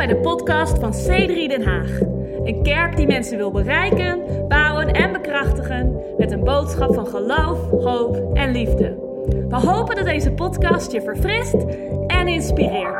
bij de podcast van C3 Den Haag. Een kerk die mensen wil bereiken, bouwen en bekrachtigen met een boodschap van geloof, hoop en liefde. We hopen dat deze podcast je verfrist en inspireert.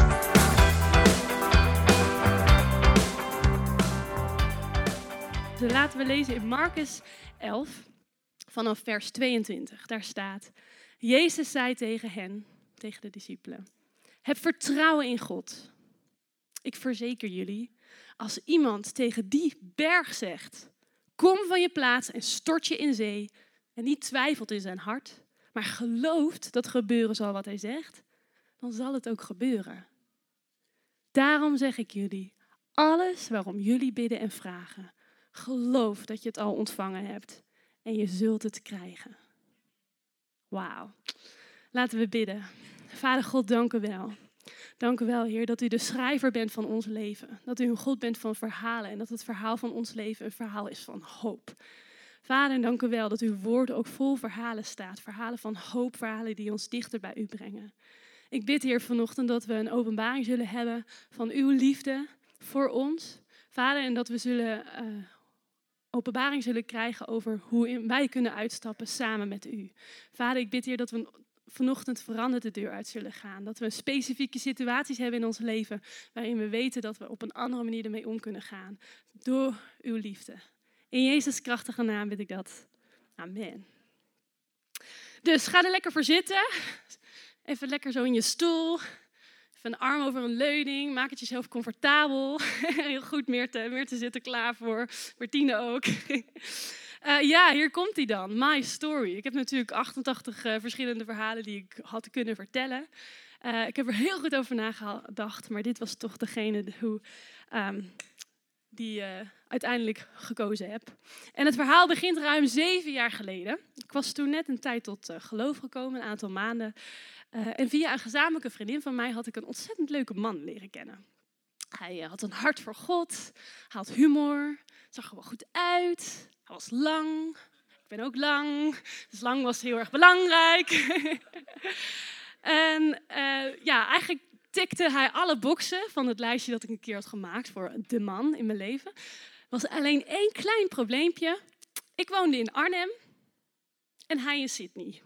Dus laten we lezen in Marcus 11 vanaf vers 22. Daar staat: Jezus zei tegen hen, tegen de discipelen: heb vertrouwen in God. Ik verzeker jullie, als iemand tegen die berg zegt: kom van je plaats en stort je in zee, en niet twijfelt in zijn hart, maar gelooft dat gebeuren zal wat hij zegt, dan zal het ook gebeuren. Daarom zeg ik jullie, alles waarom jullie bidden en vragen, geloof dat je het al ontvangen hebt en je zult het krijgen. Wauw. Laten we bidden. Vader God, dank u wel. Dank u wel, Heer, dat u de schrijver bent van ons leven. Dat u een God bent van verhalen en dat het verhaal van ons leven een verhaal is van hoop. Vader, dank u wel dat uw woord ook vol verhalen staat. Verhalen van hoop, verhalen die ons dichter bij u brengen. Ik bid, Heer, vanochtend dat we een openbaring zullen hebben van uw liefde voor ons. Vader, en dat we openbaring zullen krijgen over hoe wij kunnen uitstappen samen met u. Vader, ik bid, Heer, dat we vanochtend veranderd de deur uit zullen gaan. Dat we specifieke situaties hebben in ons leven waarin we weten dat we op een andere manier ermee om kunnen gaan. Door uw liefde. In Jezus' krachtige naam bid ik dat. Amen. Dus ga er lekker voor zitten. Even lekker zo in je stoel. Even een arm over een leuning. Maak het jezelf comfortabel. Heel goed, Meerte zit er klaar voor. Martine ook. Hier komt hij dan. My story. Ik heb natuurlijk 88 verschillende verhalen die ik had kunnen vertellen. Ik heb er heel goed over nagedacht. Maar dit was toch degene die uiteindelijk gekozen heb. En het verhaal begint ruim 7 jaar geleden. Ik was toen net een tijd tot geloof gekomen, een aantal maanden. En via een gezamenlijke vriendin van mij had ik een ontzettend leuke man leren kennen. Hij had een hart voor God, hij had humor, zag er wel goed uit. Hij was lang, ik ben ook lang, dus lang was heel erg belangrijk. En eigenlijk tikte hij alle boxen van het lijstje dat ik een keer had gemaakt voor de man in mijn leven. Er was alleen 1 klein probleempje. Ik woonde in Arnhem en hij in Sydney.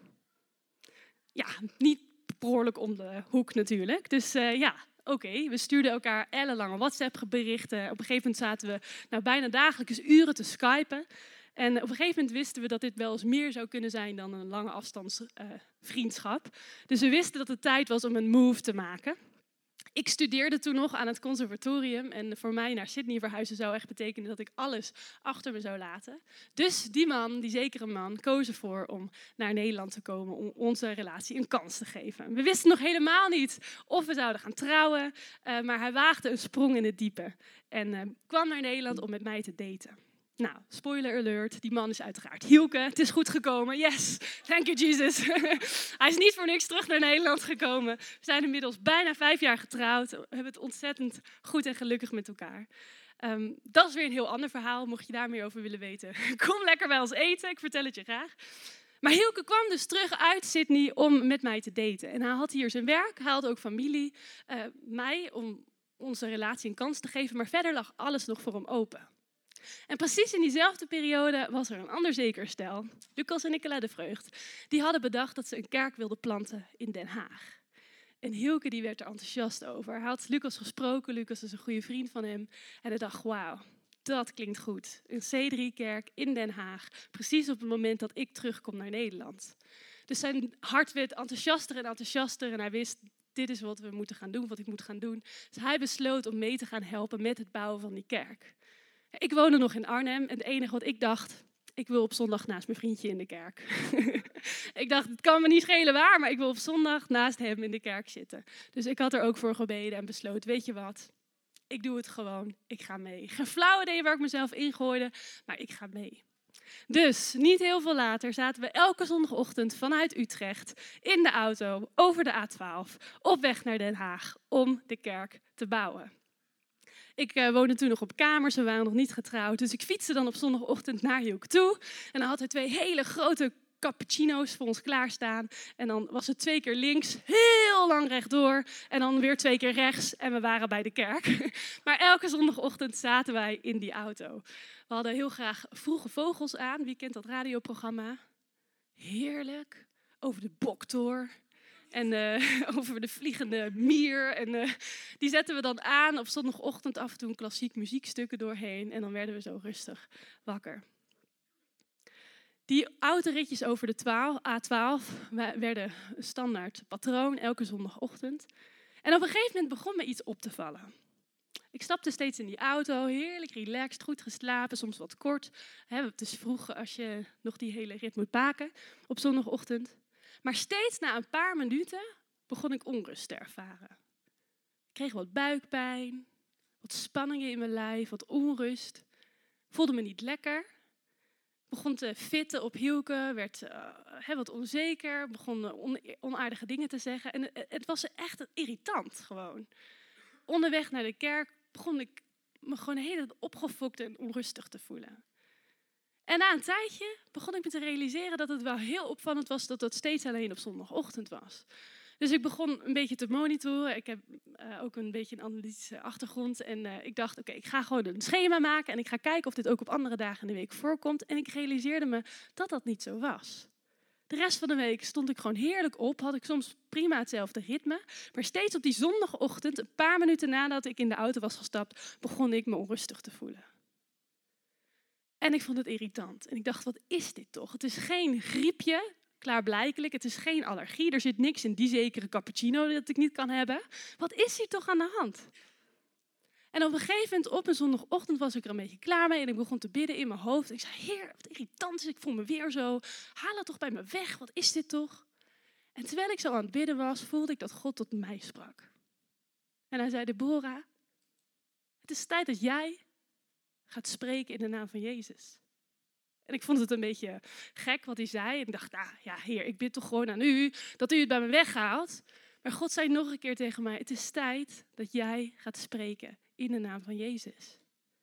Ja, niet behoorlijk om de hoek natuurlijk. Dus we stuurden elkaar ellenlange WhatsApp-berichten. Op een gegeven moment zaten we bijna dagelijks uren te skypen. En op een gegeven moment wisten we dat dit wel eens meer zou kunnen zijn dan een lange afstandsvriendschap. Dus we wisten dat het tijd was om een move te maken. Ik studeerde toen nog aan het conservatorium en voor mij naar Sydney verhuizen zou echt betekenen dat ik alles achter me zou laten. Dus die zekere man, koos ervoor om naar Nederland te komen om onze relatie een kans te geven. We wisten nog helemaal niet of we zouden gaan trouwen, maar hij waagde een sprong in het diepe en kwam naar Nederland om met mij te daten. Nou, spoiler alert, die man is uiteraard Hielke. Het is goed gekomen, yes, thank you Jesus. Hij is niet voor niks terug naar Nederland gekomen. We zijn inmiddels bijna 5 jaar getrouwd. We hebben het ontzettend goed en gelukkig met elkaar. Dat is weer een heel ander verhaal, mocht je daar meer over willen weten. Kom lekker bij ons eten, ik vertel het je graag. Maar Hielke kwam dus terug uit Sydney om met mij te daten. En hij had hier zijn werk, hij had ook familie, mij om onze relatie een kans te geven. Maar verder lag alles nog voor hem open. En precies in diezelfde periode was er een ander zeker stel, Lucas en Nicola de Vreugd. Die hadden bedacht dat ze een kerk wilden planten in Den Haag. En Hielke die werd er enthousiast over. Hij had Lucas gesproken, Lucas is een goede vriend van hem. En hij dacht, wauw, dat klinkt goed. Een C3-kerk in Den Haag, precies op het moment dat ik terugkom naar Nederland. Dus zijn hart werd enthousiaster en enthousiaster en hij wist, dit is wat we moeten gaan doen, wat ik moet gaan doen. Dus hij besloot om mee te gaan helpen met het bouwen van die kerk. Ik woonde nog in Arnhem en het enige wat ik dacht, ik wil op zondag naast mijn vriendje in de kerk. Ik dacht, het kan me niet schelen waar, maar ik wil op zondag naast hem in de kerk zitten. Dus ik had er ook voor gebeden en besloot, weet je wat, ik doe het gewoon, ik ga mee. Geen flauw idee waar ik mezelf ingooide, maar ik ga mee. Dus niet heel veel later zaten we elke zondagochtend vanuit Utrecht in de auto over de A12 op weg naar Den Haag om de kerk te bouwen. Ik woonde toen nog op kamers, we waren nog niet getrouwd. Dus ik fietste dan op zondagochtend naar Hielke toe. En dan had hij 2 hele grote cappuccino's voor ons klaarstaan. En dan was het 2 keer links, heel lang rechtdoor. En dan weer 2 keer rechts en we waren bij de kerk. Maar elke zondagochtend zaten wij in die auto. We hadden heel graag Vroege Vogels aan. Wie kent dat radioprogramma? Heerlijk. Over de Boktor. En over de vliegende mier. En die zetten we dan aan op zondagochtend, af en toe een klassiek muziekstukken doorheen. En dan werden we zo rustig wakker. Die autoritjes over de A12 werden een standaard patroon elke zondagochtend. En op een gegeven moment begon me iets op te vallen. Ik stapte steeds in die auto, heerlijk relaxed, goed geslapen, soms wat kort. Het is vroeg als je nog die hele rit moet maken op zondagochtend. Maar steeds na een paar minuten begon ik onrust te ervaren. Ik kreeg wat buikpijn, wat spanningen in mijn lijf, wat onrust. Voelde me niet lekker. Begon te fitten op hielken, werd wat onzeker, begon onaardige dingen te zeggen. En het was echt irritant gewoon. Onderweg naar de kerk begon ik me gewoon de hele tijd opgefokt en onrustig te voelen. En na een tijdje begon ik me te realiseren dat het wel heel opvallend was dat het steeds alleen op zondagochtend was. Dus ik begon een beetje te monitoren. Ik heb ook een beetje een analytische achtergrond. En ik dacht, oké, ik ga gewoon een schema maken. En ik ga kijken of dit ook op andere dagen in de week voorkomt. En ik realiseerde me dat dat niet zo was. De rest van de week stond ik gewoon heerlijk op. Had ik soms prima hetzelfde ritme. Maar steeds op die zondagochtend, een paar minuten nadat ik in de auto was gestapt, begon ik me onrustig te voelen. En ik vond het irritant. En ik dacht, wat is dit toch? Het is geen griepje. Klaarblijkelijk, het is geen allergie. Er zit niks in die zekere cappuccino dat ik niet kan hebben. Wat is hier toch aan de hand? En op een gegeven moment, op een zondagochtend, was ik er een beetje klaar mee. En ik begon te bidden in mijn hoofd. Ik zei, Heer, wat irritant is. Ik voel me weer zo. Haal het toch bij me weg. Wat is dit toch? En terwijl ik zo aan het bidden was, voelde ik dat God tot mij sprak. En hij zei, Deborah, het is tijd dat jij gaat spreken in de naam van Jezus. En ik vond het een beetje gek wat hij zei. En ik dacht, ja, Heer, ik bid toch gewoon aan u dat u het bij me weghaalt. Maar God zei nog een keer tegen mij, het is tijd dat jij gaat spreken in de naam van Jezus.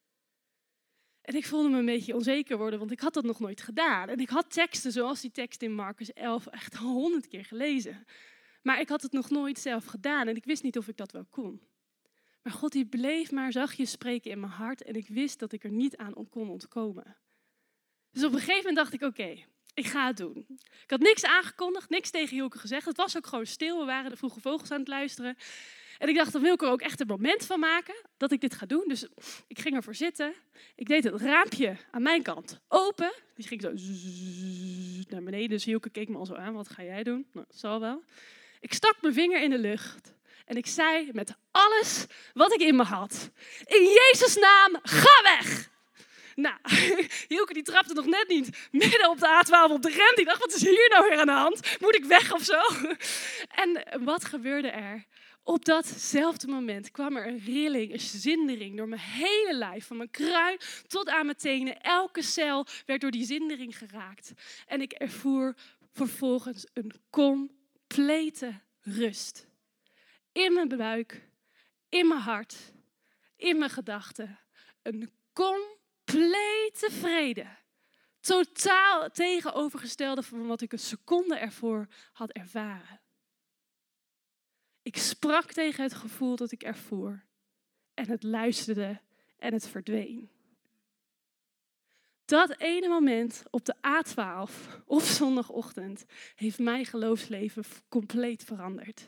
En ik voelde me een beetje onzeker worden, want ik had dat nog nooit gedaan. En ik had teksten zoals die tekst in Marcus 11 echt 100 keer gelezen. Maar ik had het nog nooit zelf gedaan en ik wist niet of ik dat wel kon. Maar God die bleef maar zachtjes spreken in mijn hart en ik wist dat ik er niet aan kon ontkomen. Dus op een gegeven moment dacht ik, oké, ik ga het doen. Ik had niks aangekondigd, niks tegen Hielke gezegd. Het was ook gewoon stil, we waren de Vroege Vogels aan het luisteren. En ik dacht, dan wil ik er ook echt een moment van maken dat ik dit ga doen. Dus ik ging ervoor zitten. Ik deed het raampje aan mijn kant open. Die ging zo naar beneden. Dus Hielke keek me al zo aan, wat ga jij doen? Nou, dat zal wel. Ik stak mijn vinger in de lucht. En ik zei met alles wat ik in me had. In Jezus' naam, ga weg! Nou, Hielke die trapte nog net niet midden op de A12 op de rem. Die dacht, wat is hier nou weer aan de hand? Moet ik weg of zo? En wat gebeurde er? Op datzelfde moment kwam er een rilling, een zindering door mijn hele lijf. Van mijn kruin tot aan mijn tenen. Elke cel werd door die zindering geraakt. En ik ervoer vervolgens een complete rust. In mijn buik, in mijn hart, in mijn gedachten. Een complete vrede. Totaal tegenovergestelde van wat ik een seconde ervoor had ervaren. Ik sprak tegen het gevoel dat ik ervoer. En het luisterde en het verdween. Dat ene moment op de A12 op zondagochtend heeft mijn geloofsleven compleet veranderd.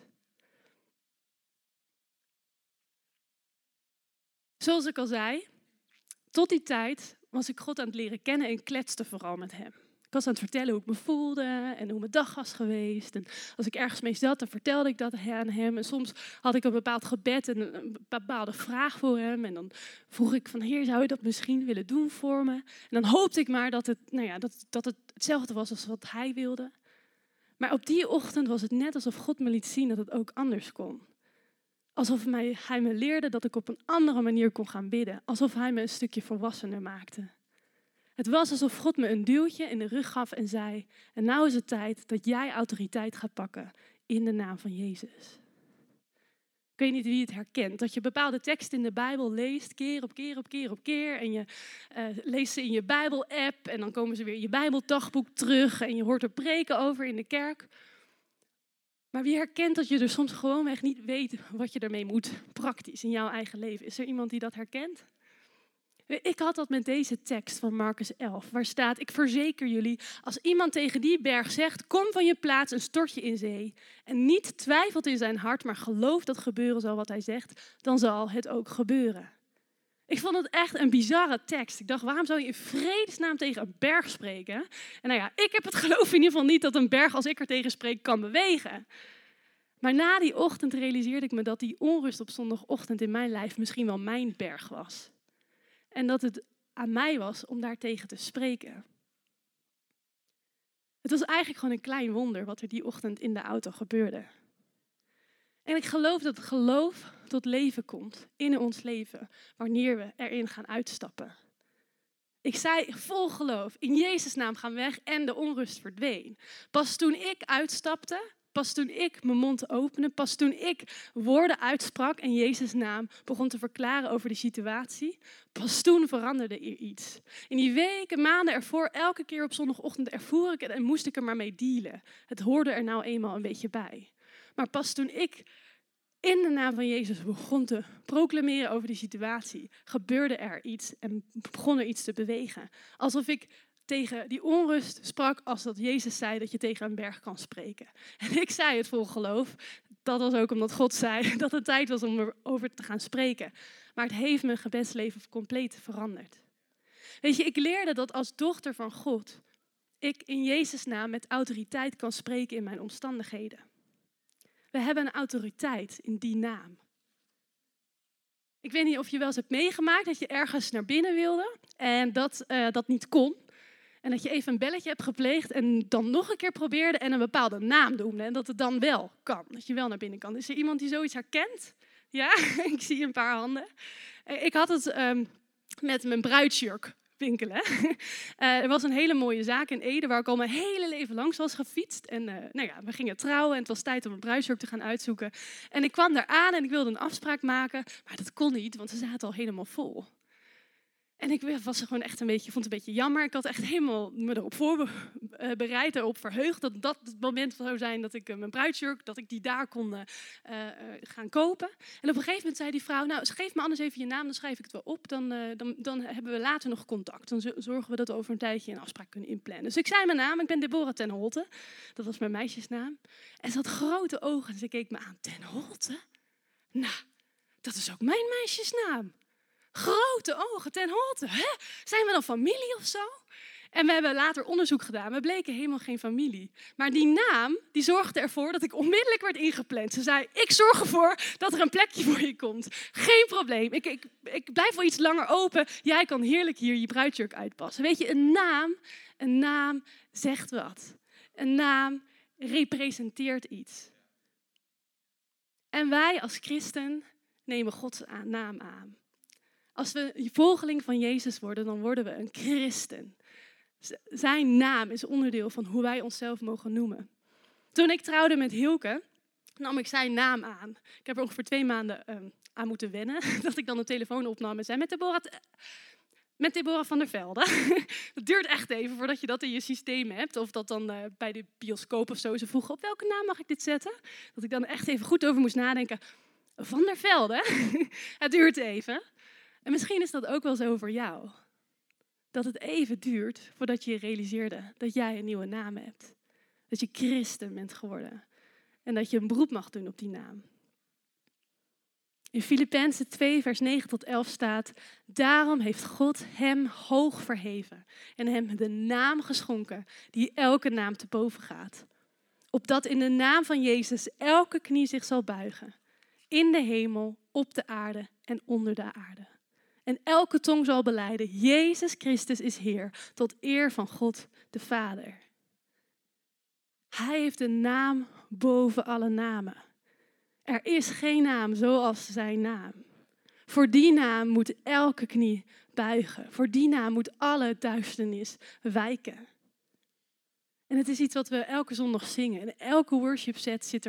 Zoals ik al zei, tot die tijd was ik God aan het leren kennen en kletste vooral met hem. Ik was aan het vertellen hoe ik me voelde en hoe mijn dag was geweest. En als ik ergens mee zat, dan vertelde ik dat aan hem. En soms had ik een bepaald gebed en een bepaalde vraag voor hem. En dan vroeg ik van, Heer, zou je dat misschien willen doen voor me? En dan hoopte ik maar dat het hetzelfde was als wat hij wilde. Maar op die ochtend was het net alsof God me liet zien dat het ook anders kon. Alsof hij me leerde dat ik op een andere manier kon gaan bidden. Alsof hij me een stukje volwassener maakte. Het was alsof God me een duwtje in de rug gaf en zei, en nou is het tijd dat jij autoriteit gaat pakken in de naam van Jezus. weet niet wie het herkent. Dat je bepaalde teksten in de Bijbel leest, keer op keer op keer op keer. En je leest ze in je Bijbel-app. En dan komen ze weer in je Bijbeldagboek terug. En je hoort er preken over in de kerk. Maar wie herkent dat je er soms gewoonweg niet weet wat je ermee moet, praktisch in jouw eigen leven? Is er iemand die dat herkent? Ik had dat met deze tekst van Marcus 11, waar staat: ik verzeker jullie, als iemand tegen die berg zegt, kom van je plaats en stort je in zee, en niet twijfelt in zijn hart, maar gelooft dat gebeuren zal wat hij zegt, dan zal het ook gebeuren. Ik vond het echt een bizarre tekst. Ik dacht, waarom zou je in vredesnaam tegen een berg spreken? En nou ja, ik heb het geloof in ieder geval niet dat een berg, als ik er tegen spreek, kan bewegen. Maar na die ochtend realiseerde ik me dat die onrust op zondagochtend in mijn lijf misschien wel mijn berg was. En dat het aan mij was om daartegen te spreken. Het was eigenlijk gewoon een klein wonder wat er die ochtend in de auto gebeurde. En ik geloof dat geloof tot leven komt in ons leven wanneer we erin gaan uitstappen. Ik zei vol geloof, in Jezus' naam gaan weg en de onrust verdween. Pas toen ik uitstapte, pas toen ik mijn mond opende, pas toen ik woorden uitsprak en Jezus' naam begon te verklaren over de situatie, pas toen veranderde er iets. In die weken, maanden ervoor, elke keer op zondagochtend ervoer ik het en moest ik er maar mee dealen. Het hoorde er nou eenmaal een beetje bij. Maar pas toen ik in de naam van Jezus begon te proclameren over die situatie, gebeurde er iets en begon er iets te bewegen. Alsof ik tegen die onrust sprak als dat Jezus zei dat je tegen een berg kan spreken. En ik zei het vol geloof. Dat was ook omdat God zei dat het tijd was om erover te gaan spreken. Maar het heeft mijn gebedsleven compleet veranderd. Weet je, ik leerde dat als dochter van God ik in Jezus' naam met autoriteit kan spreken in mijn omstandigheden. We hebben een autoriteit in die naam. Ik weet niet of je wel eens hebt meegemaakt dat je ergens naar binnen wilde en dat niet kon. En dat je even een belletje hebt gepleegd en dan nog een keer probeerde en een bepaalde naam noemde. En dat het dan wel kan, dat je wel naar binnen kan. Is er iemand die zoiets herkent? Ja, ik zie een paar handen. Ik had het met mijn bruidsjurk winkelen. Er was een hele mooie zaak in Ede waar ik al mijn hele leven langs was gefietst. En we gingen trouwen en het was tijd om een bruidsjurk te gaan uitzoeken. En ik kwam daar aan en ik wilde een afspraak maken, maar dat kon niet, want ze zaten al helemaal vol. En ik was er gewoon echt vond het een beetje jammer. Ik had echt helemaal me erop voorbereid, erop verheugd dat het moment zou zijn dat ik mijn bruidsjurk, dat ik die daar kon gaan kopen. En op een gegeven moment zei die vrouw, nou geef me anders even je naam, dan schrijf ik het wel op. Dan hebben we later nog contact. Dan zorgen we dat we over een tijdje een afspraak kunnen inplannen. Dus ik zei mijn naam, ik ben Deborah ten Holte. Dat was mijn meisjesnaam. En ze had grote ogen en ze keek me aan. Ten Holte? Nou, dat is ook mijn meisjesnaam. Grote ogen, Ten Holte. Hè? Zijn we dan familie of zo? En we hebben later onderzoek gedaan. We bleken helemaal geen familie. Maar die naam, die zorgde ervoor dat ik onmiddellijk werd ingepland. Ze zei, ik zorg ervoor dat er een plekje voor je komt. Geen probleem. Ik blijf wel iets langer open. Jij kan heerlijk hier je bruidsjurk uitpassen. Weet je, een naam zegt wat. Een naam representeert iets. En wij als christen nemen Gods naam aan. Als we volgeling van Jezus worden, dan worden we een christen. Zijn naam is onderdeel van hoe wij onszelf mogen noemen. Toen ik trouwde met Hilke, nam ik zijn naam aan. Ik heb er ongeveer 2 maanden aan moeten wennen. Dat ik dan een telefoon opnam en zei met Deborah van der Velde. Dat duurt echt even voordat je dat in je systeem hebt. Of dat dan bij de bioscoop of zo. Ze vroegen, op welke naam mag ik dit zetten? Dat ik dan echt even goed over moest nadenken. Van der Velde? Het duurt even. En misschien is dat ook wel zo voor jou. Dat het even duurt voordat je realiseerde dat jij een nieuwe naam hebt. Dat je christen bent geworden. En dat je een beroep mag doen op die naam. In Filippenzen 2 vers 9 tot 11 staat: daarom heeft God hem hoog verheven en hem de naam geschonken die elke naam te boven gaat. Opdat in de naam van Jezus elke knie zich zal buigen. In de hemel, op de aarde en onder de aarde. En elke tong zal belijden, Jezus Christus is Heer, tot eer van God de Vader. Hij heeft een naam boven alle namen. Er is geen naam zoals zijn naam. Voor die naam moet elke knie buigen. Voor die naam moet alle duisternis wijken. En het is iets wat we elke zondag zingen. En elke worship set zit er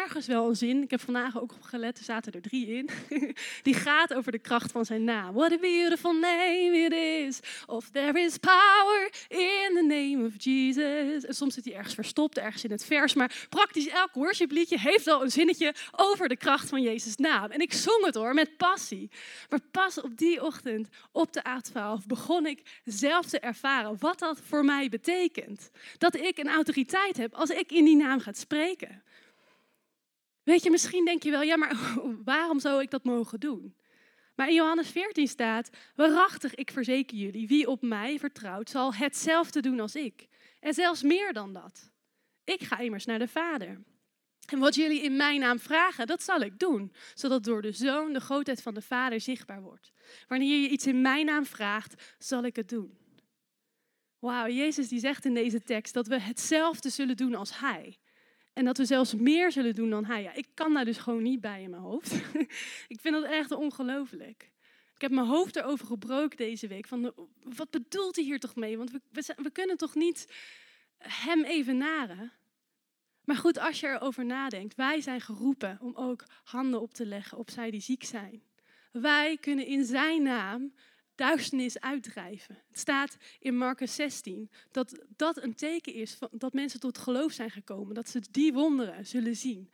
ergens wel een zin. Ik heb vandaag ook gelet, er zaten er 3 in. Die gaat over de kracht van zijn naam. What a beautiful name it is. Of there is power in the name of Jesus. En soms zit hij ergens verstopt, ergens in het vers. Maar praktisch elk worshipliedje heeft wel een zinnetje over de kracht van Jezus' naam. En ik zong het hoor, met passie. Maar pas op die ochtend, op de A12, begon ik zelf te ervaren wat dat voor mij betekent. Dat ik een autoriteit heb als ik in die naam ga spreken. Weet je, misschien denk je wel, ja, maar waarom zou ik dat mogen doen? Maar in Johannes 14 staat, waarachtig, ik verzeker jullie, wie op mij vertrouwt, zal hetzelfde doen als ik. En zelfs meer dan dat. Ik ga immers naar de Vader. En wat jullie in mijn naam vragen, dat zal ik doen. Zodat door de Zoon de grootheid van de Vader zichtbaar wordt. Wanneer je iets in mijn naam vraagt, zal ik het doen. Wauw, Jezus die zegt in deze tekst dat we hetzelfde zullen doen als Hij. En dat we zelfs meer zullen doen dan Hij. Ja, ik kan daar dus gewoon niet bij in mijn hoofd. Ik vind dat echt ongelooflijk. Ik heb mijn hoofd erover gebroken deze week. Van, wat bedoelt hij hier toch mee? Want we kunnen toch niet Hem evenaren? Maar goed, als je erover nadenkt, wij zijn geroepen om ook handen op te leggen op zij die ziek zijn. Wij kunnen in zijn naam duisternis uitdrijven. Het staat in Marcus 16 dat dat een teken is van, dat mensen tot geloof zijn gekomen. Dat ze die wonderen zullen zien.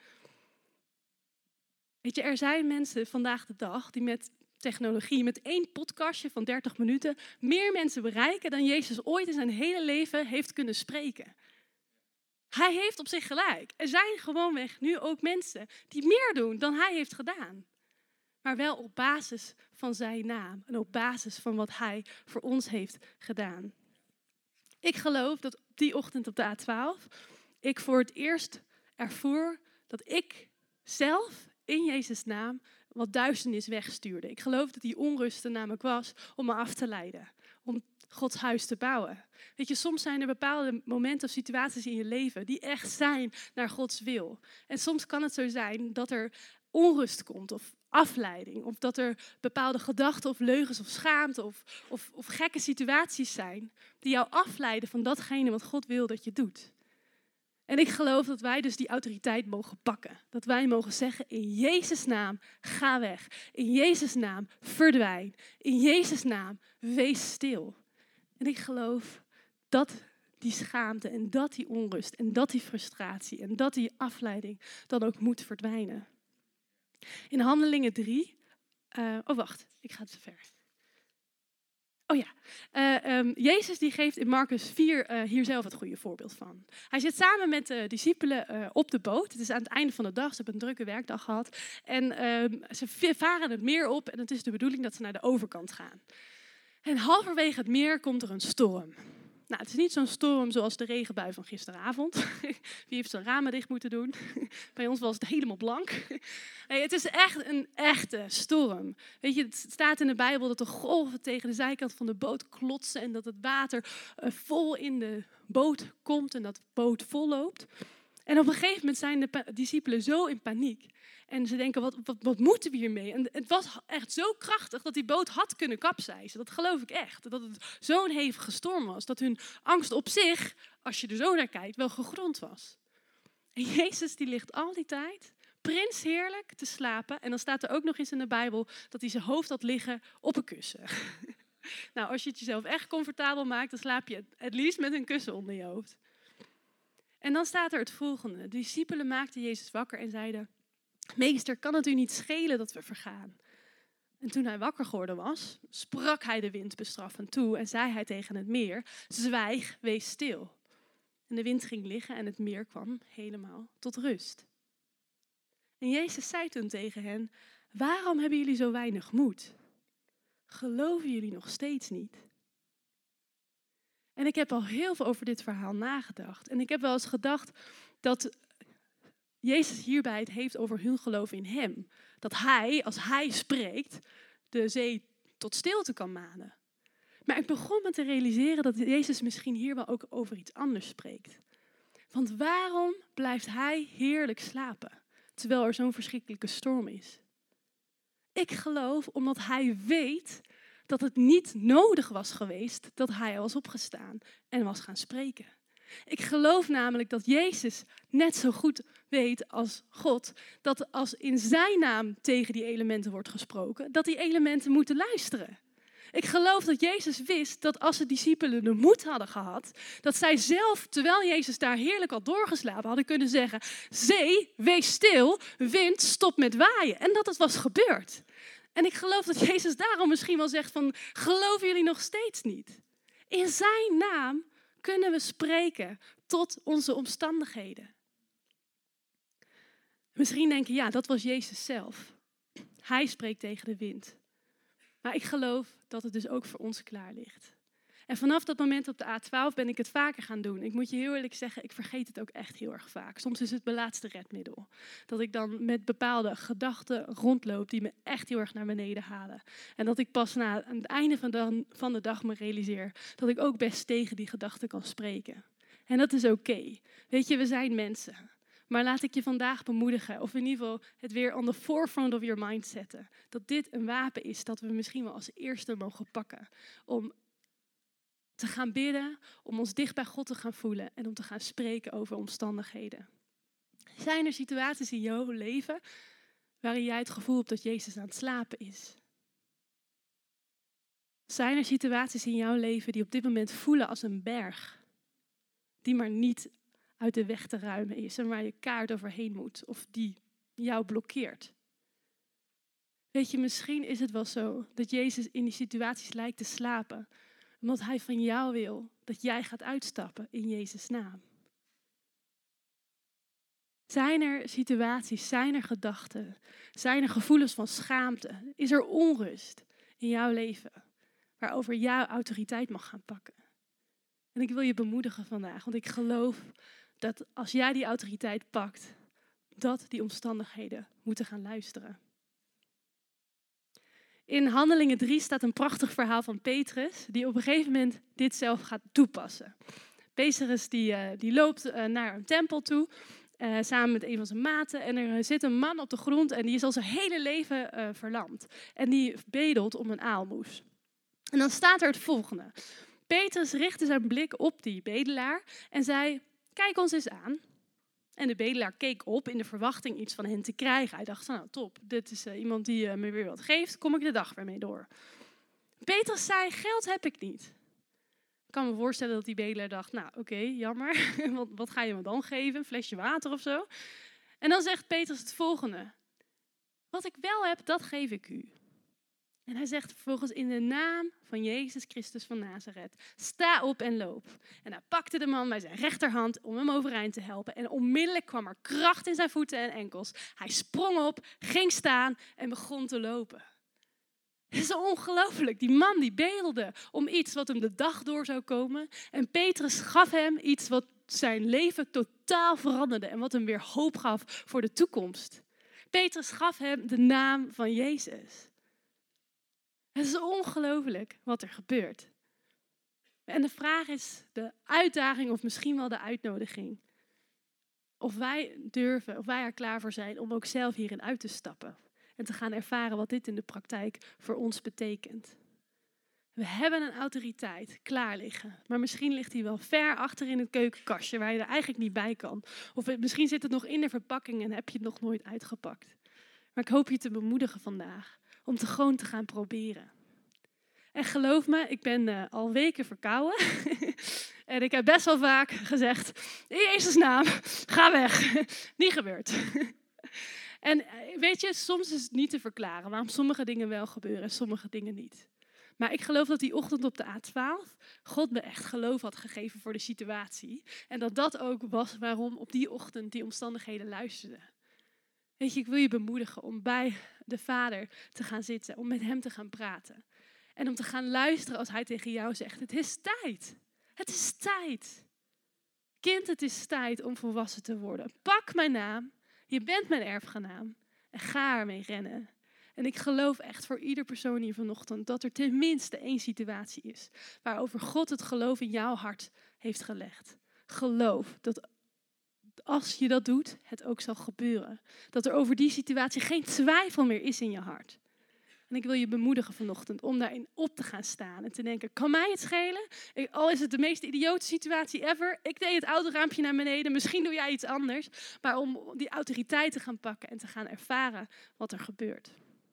Weet je, er zijn mensen vandaag de dag die met technologie, met 1 podcastje van 30 minuten, meer mensen bereiken dan Jezus ooit in zijn hele leven heeft kunnen spreken. Hij heeft op zich gelijk. Er zijn gewoonweg nu ook mensen die meer doen dan hij heeft gedaan. Maar wel op basis van zijn naam en op basis van wat hij voor ons heeft gedaan. Ik geloof dat op die ochtend op de A12 ik voor het eerst ervoer dat ik zelf in Jezus' naam wat duisternis wegstuurde. Ik geloof dat die onrust er namelijk was om me af te leiden. Om Gods huis te bouwen. Weet je, soms zijn er bepaalde momenten of situaties in je leven die echt zijn naar Gods wil. En soms kan het zo zijn dat er onrust komt of afleiding. Of dat er bepaalde gedachten of leugens of schaamte of gekke situaties zijn die jou afleiden van datgene wat God wil dat je doet. En ik geloof dat wij dus die autoriteit mogen pakken. Dat wij mogen zeggen, in Jezus' naam, ga weg. In Jezus' naam, verdwijn. In Jezus' naam, wees stil. En ik geloof dat die schaamte en dat die onrust en dat die frustratie en dat die afleiding dan ook moet verdwijnen. In Handelingen 3, ik ga te ver. Oh ja, Jezus die geeft in Marcus 4 hier zelf het goede voorbeeld van. Hij zit samen met de discipelen op de boot. Het is aan het einde van de dag, ze hebben een drukke werkdag gehad. En ze varen het meer op en het is de bedoeling dat ze naar de overkant gaan. En halverwege het meer komt er een storm. Nou, het is niet zo'n storm zoals de regenbui van gisteravond. Wie heeft zijn ramen dicht moeten doen? Bij ons was het helemaal blank. Nee, het is echt een echte storm. Weet je, het staat in de Bijbel dat de golven tegen de zijkant van de boot klotsen en dat het water vol in de boot komt en dat de boot vol loopt. En op een gegeven moment zijn de discipelen zo in paniek. En ze denken, wat moeten we hiermee? En het was echt zo krachtig dat die boot had kunnen kapseizen. Dat geloof ik echt. Dat het zo'n hevige storm was. Dat hun angst op zich, als je er zo naar kijkt, wel gegrond was. En Jezus die ligt al die tijd prinsheerlijk te slapen. En dan staat er ook nog eens in de Bijbel dat hij zijn hoofd had liggen op een kussen. Nou, als je het jezelf echt comfortabel maakt, dan slaap je het liefst met een kussen onder je hoofd. En dan staat er het volgende. De discipelen maakten Jezus wakker en zeiden, meester, kan het u niet schelen dat we vergaan? En toen hij wakker geworden was, sprak hij de wind bestraffend toe en zei hij tegen het meer, zwijg, wees stil. En de wind ging liggen en het meer kwam helemaal tot rust. En Jezus zei toen tegen hen, waarom hebben jullie zo weinig moed? Geloven jullie nog steeds niet? En ik heb al heel veel over dit verhaal nagedacht. En ik heb wel eens gedacht dat Jezus hierbij het heeft over hun geloof in hem. Dat hij, als hij spreekt, de zee tot stilte kan manen. Maar ik begon me te realiseren dat Jezus misschien hier wel ook over iets anders spreekt. Want waarom blijft hij heerlijk slapen, terwijl er zo'n verschrikkelijke storm is? Ik geloof omdat hij weet dat het niet nodig was geweest dat hij was opgestaan en was gaan spreken. Ik geloof namelijk dat Jezus net zo goed weet als God, dat als in zijn naam tegen die elementen wordt gesproken, dat die elementen moeten luisteren. Ik geloof dat Jezus wist dat als de discipelen de moed hadden gehad, dat zij zelf, terwijl Jezus daar heerlijk had doorgeslapen, hadden kunnen zeggen: zee, wees stil, wind, stop met waaien. En dat het was gebeurd. En ik geloof dat Jezus daarom misschien wel zegt van: geloven jullie nog steeds niet? In zijn naam kunnen we spreken tot onze omstandigheden. Misschien denken, ja, dat was Jezus zelf. Hij spreekt tegen de wind. Maar ik geloof dat het dus ook voor ons klaar ligt. En vanaf dat moment op de A12 ben ik het vaker gaan doen. Ik moet je heel eerlijk zeggen, ik vergeet het ook echt heel erg vaak. Soms is het mijn laatste redmiddel. Dat ik dan met bepaalde gedachten rondloop die me echt heel erg naar beneden halen. En dat ik pas aan het einde van de dag me realiseer dat ik ook best tegen die gedachten kan spreken. En dat is oké. Weet je, we zijn mensen. Maar laat ik je vandaag bemoedigen, of in ieder geval het weer on the forefront of your mind zetten. Dat dit een wapen is dat we misschien wel als eerste mogen pakken. Om te gaan bidden, om ons dicht bij God te gaan voelen en om te gaan spreken over omstandigheden. Zijn er situaties in jouw leven waarin jij het gevoel hebt dat Jezus aan het slapen is? Zijn er situaties in jouw leven die op dit moment voelen als een berg, die maar niet uit de weg te ruimen is en waar je kaart overheen moet of die jou blokkeert? Weet je, misschien is het wel zo dat Jezus in die situaties lijkt te slapen, omdat hij van jou wil dat jij gaat uitstappen in Jezus' naam. Zijn er situaties, zijn er gedachten, zijn er gevoelens van schaamte? Is er onrust in jouw leven waarover jouw autoriteit mag gaan pakken? En ik wil je bemoedigen vandaag, want ik geloof dat als jij die autoriteit pakt, dat die omstandigheden moeten gaan luisteren. In Handelingen 3 staat een prachtig verhaal van Petrus, die op een gegeven moment dit zelf gaat toepassen. Petrus die loopt naar een tempel toe, samen met een van zijn maten. En er zit een man op de grond en die is al zijn hele leven verlamd. En die bedelt om een aalmoes. En dan staat er het volgende. Petrus richtte zijn blik op die bedelaar en zei: kijk ons eens aan. En de bedelaar keek op in de verwachting iets van hen te krijgen. Hij dacht, nou top, dit is iemand die me weer wat geeft, kom ik de dag weer mee door. Petrus zei, geld heb ik niet. Ik kan me voorstellen dat die bedelaar dacht, nou oké, jammer, wat ga je me dan geven? Een flesje water of zo? En dan zegt Petrus het volgende: wat ik wel heb, dat geef ik u. En hij zegt vervolgens: in de naam van Jezus Christus van Nazareth, sta op en loop. En hij pakte de man bij zijn rechterhand om hem overeind te helpen. En onmiddellijk kwam er kracht in zijn voeten en enkels. Hij sprong op, ging staan en begon te lopen. Het is ongelooflijk. Die man die bedelde om iets wat hem de dag door zou komen. En Petrus gaf hem iets wat zijn leven totaal veranderde en wat hem weer hoop gaf voor de toekomst. Petrus gaf hem de naam van Jezus. Het is ongelooflijk wat er gebeurt. En de vraag is, de uitdaging of misschien wel de uitnodiging. Of wij durven, of wij er klaar voor zijn om ook zelf hierin uit te stappen. En te gaan ervaren wat dit in de praktijk voor ons betekent. We hebben een autoriteit klaar liggen. Maar misschien ligt die wel ver achter in het keukenkastje waar je er eigenlijk niet bij kan. Of misschien zit het nog in de verpakking en heb je het nog nooit uitgepakt. Maar ik hoop je te bemoedigen vandaag. Om te gewoon te gaan proberen. En geloof me, ik ben al weken verkouden. En ik heb best wel vaak gezegd: in Jezus' naam, ga weg. Niet gebeurd. En weet je, soms is het niet te verklaren waarom sommige dingen wel gebeuren en sommige dingen niet. Maar ik geloof dat die ochtend op de A12 God me echt geloof had gegeven voor de situatie. En dat dat ook was waarom op die ochtend die omstandigheden luisterden. Weet je, ik wil je bemoedigen om bij de Vader te gaan zitten, om met hem te gaan praten. En om te gaan luisteren als hij tegen jou zegt: het is tijd. Het is tijd. Kind, het is tijd om volwassen te worden. Pak mijn naam, je bent mijn erfgenaam en ga ermee rennen. En ik geloof echt voor ieder persoon hier vanochtend dat er tenminste één situatie is waarover God het geloof in jouw hart heeft gelegd. Geloof dat als je dat doet, het ook zal gebeuren. Dat er over die situatie geen twijfel meer is in je hart. En ik wil je bemoedigen vanochtend om daarin op te gaan staan en te denken, kan mij het schelen? Al is het de meest idiote situatie ever. Ik deed het autoraampje naar beneden, misschien doe jij iets anders. Maar om die autoriteit te gaan pakken en te gaan ervaren wat er gebeurt.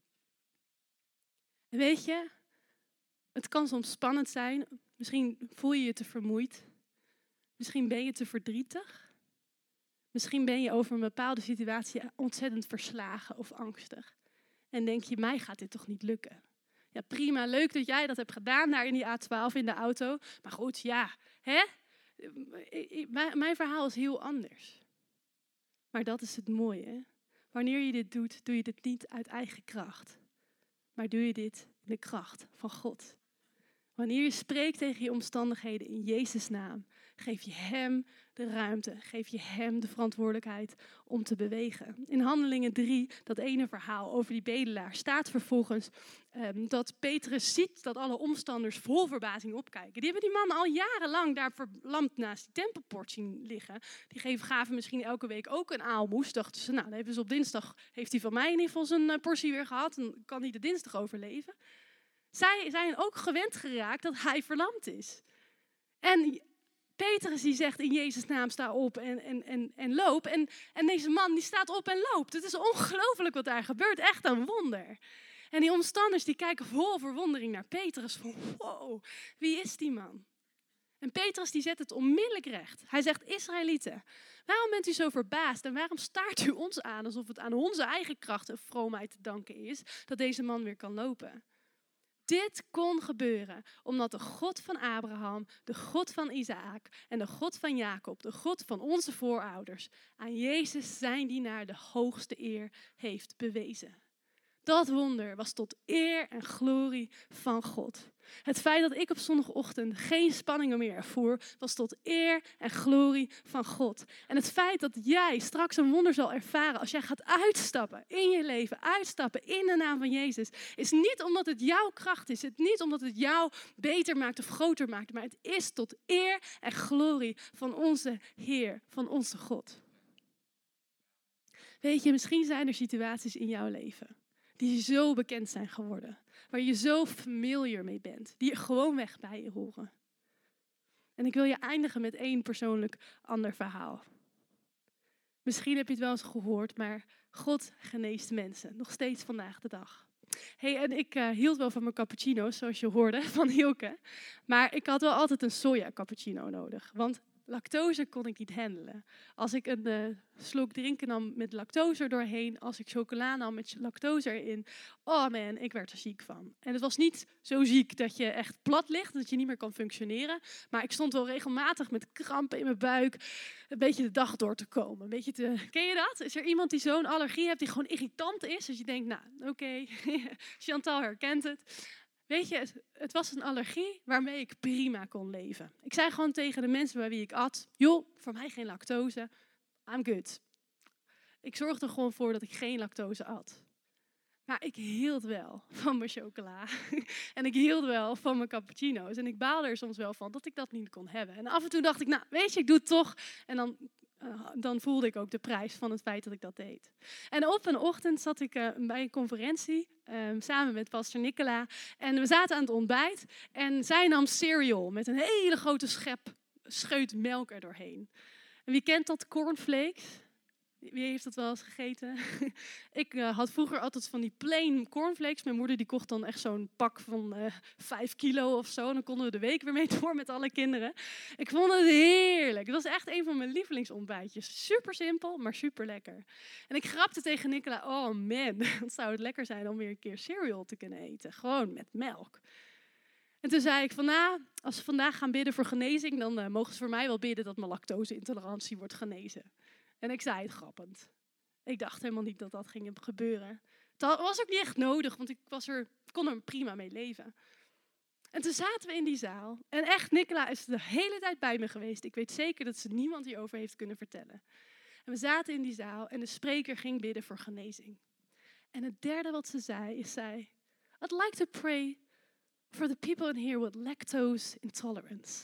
En weet je, het kan soms spannend zijn. Misschien voel je je te vermoeid. Misschien ben je te verdrietig. Misschien ben je over een bepaalde situatie ontzettend verslagen of angstig. En denk je, mij gaat dit toch niet lukken? Ja, prima, leuk dat jij dat hebt gedaan daar in die A12 in de auto. Maar goed, ja, hè? Mijn verhaal is heel anders. Maar dat is het mooie. Wanneer je dit doet, doe je dit niet uit eigen kracht. Maar doe je dit in de kracht van God. Wanneer je spreekt tegen je omstandigheden in Jezus' naam, geef je hem de ruimte, geef je hem de verantwoordelijkheid om te bewegen. In Handelingen 3, dat ene verhaal over die bedelaar, staat vervolgens dat Petrus ziet dat alle omstanders vol verbazing opkijken. Die hebben die man al jarenlang daar verlamd naast die tempelpoort zien liggen. Die gaven misschien elke week ook een aalmoes. Dachten ze, nou, dan hebben ze op dinsdag, heeft hij van mij in ieder geval zijn portie weer gehad. Dan kan hij de dinsdag overleven. Zij zijn ook gewend geraakt dat hij verlamd is. En Petrus die zegt in Jezus' naam sta op en loop. En deze man die staat op en loopt. Het is ongelooflijk wat daar gebeurt. Echt een wonder. En die omstanders die kijken vol verwondering naar Petrus. Van wow, wie is die man? En Petrus die zet het onmiddellijk recht. Hij zegt, Israëlieten, waarom bent u zo verbaasd? En waarom staart u ons aan alsof het aan onze eigen kracht en vroomheid te danken is dat deze man weer kan lopen? Dit kon gebeuren omdat de God van Abraham, de God van Isaac en de God van Jacob, de God van onze voorouders, aan Jezus zijn dienaar de hoogste eer heeft bewezen. Dat wonder was tot eer en glorie van God. Het feit dat ik op zondagochtend geen spanningen meer ervoer, was tot eer en glorie van God. En het feit dat jij straks een wonder zal ervaren als jij gaat uitstappen in je leven, uitstappen in de naam van Jezus, is niet omdat het jouw kracht is, het niet omdat het jou beter maakt of groter maakt, maar het is tot eer en glorie van onze Heer, van onze God. Weet je, misschien zijn er situaties in jouw leven die zo bekend zijn geworden, waar je zo familiar mee bent, die er gewoonweg bij je horen. En ik wil je eindigen met één persoonlijk ander verhaal. Misschien heb je het wel eens gehoord, maar God geneest mensen, nog steeds vandaag de dag. Hey, en ik hield wel van mijn cappuccino's, zoals je hoorde, van Hielke. Maar ik had wel altijd een soja cappuccino nodig, want lactose kon ik niet handelen. Als ik een slok drinken nam met lactose er doorheen, als ik chocola nam met lactose erin, oh man, ik werd er ziek van. En het was niet zo ziek dat je echt plat ligt, dat je niet meer kan functioneren. Maar ik stond wel regelmatig met krampen in mijn buik, een beetje de dag door te komen. Ken je dat? Is er iemand die zo'n allergie heeft die gewoon irritant is? Dus je denkt, nou oké, Chantal herkent het. Weet je, het was een allergie waarmee ik prima kon leven. Ik zei gewoon tegen de mensen bij wie ik at, joh, voor mij geen lactose, I'm good. Ik zorgde er gewoon voor dat ik geen lactose at. Maar ik hield wel van mijn chocola. En ik hield wel van mijn cappuccino's. En ik baalde er soms wel van dat ik dat niet kon hebben. En af en toe dacht ik, nou weet je, ik doe het toch. En dan voelde ik ook de prijs van het feit dat ik dat deed. En op een ochtend zat ik bij een conferentie samen met pastor Nicola. En we zaten aan het ontbijt. En zij nam cereal met een hele grote scheut melk er doorheen. En wie kent dat? Cornflakes? Wie heeft dat wel eens gegeten? Ik had vroeger altijd van die plain cornflakes. Mijn moeder die kocht dan echt zo'n pak van 5 kilo of zo. En dan konden we de week weer mee door met alle kinderen. Ik vond het heerlijk. Het was echt een van mijn lievelingsontbijtjes. Super simpel, maar super lekker. En ik grapte tegen Nicola, oh man, wat zou het lekker zijn om weer een keer cereal te kunnen eten. Gewoon met melk. En toen zei ik van, nou, als ze vandaag gaan bidden voor genezing, dan mogen ze voor mij wel bidden dat mijn lactose-intolerantie wordt genezen. En ik zei het grappend. Ik dacht helemaal niet dat dat ging gebeuren. Het was ook niet echt nodig, want ik kon er prima mee leven. En toen zaten we in die zaal. En echt, Nicola is de hele tijd bij me geweest. Ik weet zeker dat ze niemand hierover heeft kunnen vertellen. En we zaten in die zaal en de spreker ging bidden voor genezing. En het derde wat ze zei, is I'd like to pray for the people in here with lactose intolerance.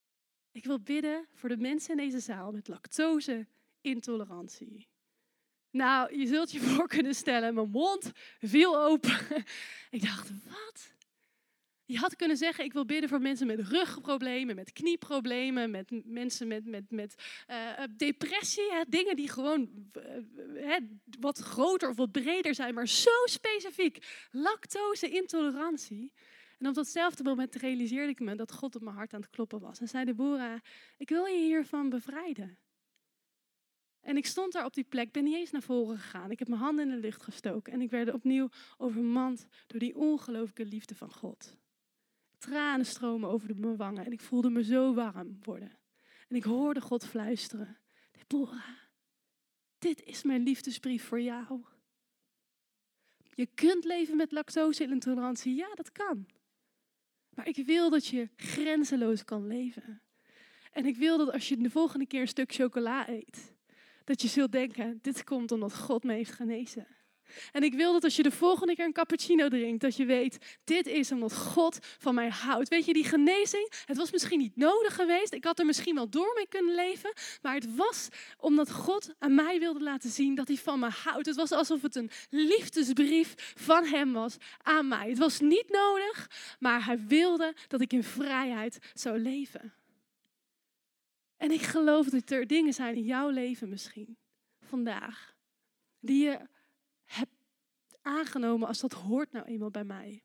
Ik wil bidden voor de mensen in deze zaal met lactose-intolerantie. Nou, je zult je voor kunnen stellen, mijn mond viel open. Ik dacht, wat? Je had kunnen zeggen, ik wil bidden voor mensen met rugproblemen, met knieproblemen, met mensen met depressie. Hè, dingen die gewoon wat groter of wat breder zijn, maar zo specifiek. Lactose-intolerantie. En op datzelfde moment realiseerde ik me dat God op mijn hart aan het kloppen was. En zei, Deborah, ik wil je hiervan bevrijden. En ik stond daar op die plek, ben niet eens naar voren gegaan. Ik heb mijn handen in de lucht gestoken en ik werd opnieuw overmand door die ongelooflijke liefde van God. Tranen stromen over mijn wangen en ik voelde me zo warm worden. En ik hoorde God fluisteren. Deborah, dit is mijn liefdesbrief voor jou. Je kunt leven met lactose-intolerantie, ja dat kan. Maar ik wil dat je grenzeloos kan leven. En ik wil dat als je de volgende keer een stuk chocola eet, dat je zult denken, dit komt omdat God me heeft genezen. En ik wil dat als je de volgende keer een cappuccino drinkt, dat je weet, dit is omdat God van mij houdt. Weet je, die genezing, het was misschien niet nodig geweest. Ik had er misschien wel door mee kunnen leven. Maar het was omdat God aan mij wilde laten zien dat hij van me houdt. Het was alsof het een liefdesbrief van hem was aan mij. Het was niet nodig, maar hij wilde dat ik in vrijheid zou leven. En ik geloof dat er dingen zijn in jouw leven misschien, vandaag, die je hebt aangenomen als dat hoort nou eenmaal bij mij.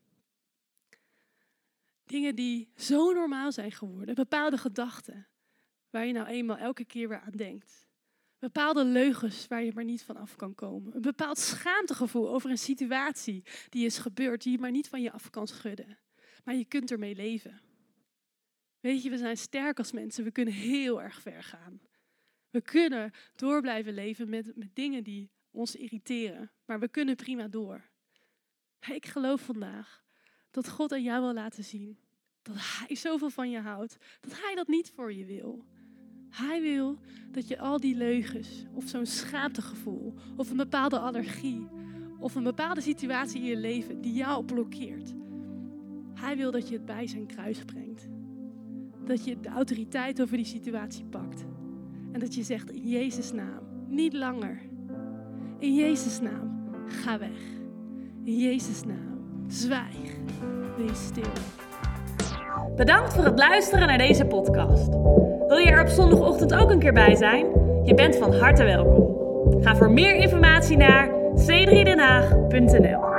Dingen die zo normaal zijn geworden, bepaalde gedachten waar je nou eenmaal elke keer weer aan denkt. Bepaalde leugens waar je maar niet van af kan komen. Een bepaald schaamtegevoel over een situatie die is gebeurd, die je maar niet van je af kan schudden. Maar je kunt ermee leven. Weet je, we zijn sterk als mensen. We kunnen heel erg ver gaan. We kunnen door blijven leven met dingen die ons irriteren. Maar we kunnen prima door. Ik geloof vandaag dat God aan jou wil laten zien dat hij zoveel van je houdt. Dat hij dat niet voor je wil. Hij wil dat je al die leugens of zo'n schaamtegevoel of een bepaalde allergie of een bepaalde situatie in je leven die jou blokkeert. Hij wil dat je het bij zijn kruis brengt. Dat je de autoriteit over die situatie pakt. En dat je zegt in Jezus' naam, niet langer. In Jezus' naam, ga weg. In Jezus' naam, zwijg. Wees stil. Bedankt voor het luisteren naar deze podcast. Wil je er op zondagochtend ook een keer bij zijn? Je bent van harte welkom. Ga voor meer informatie naar c3denhaag.nl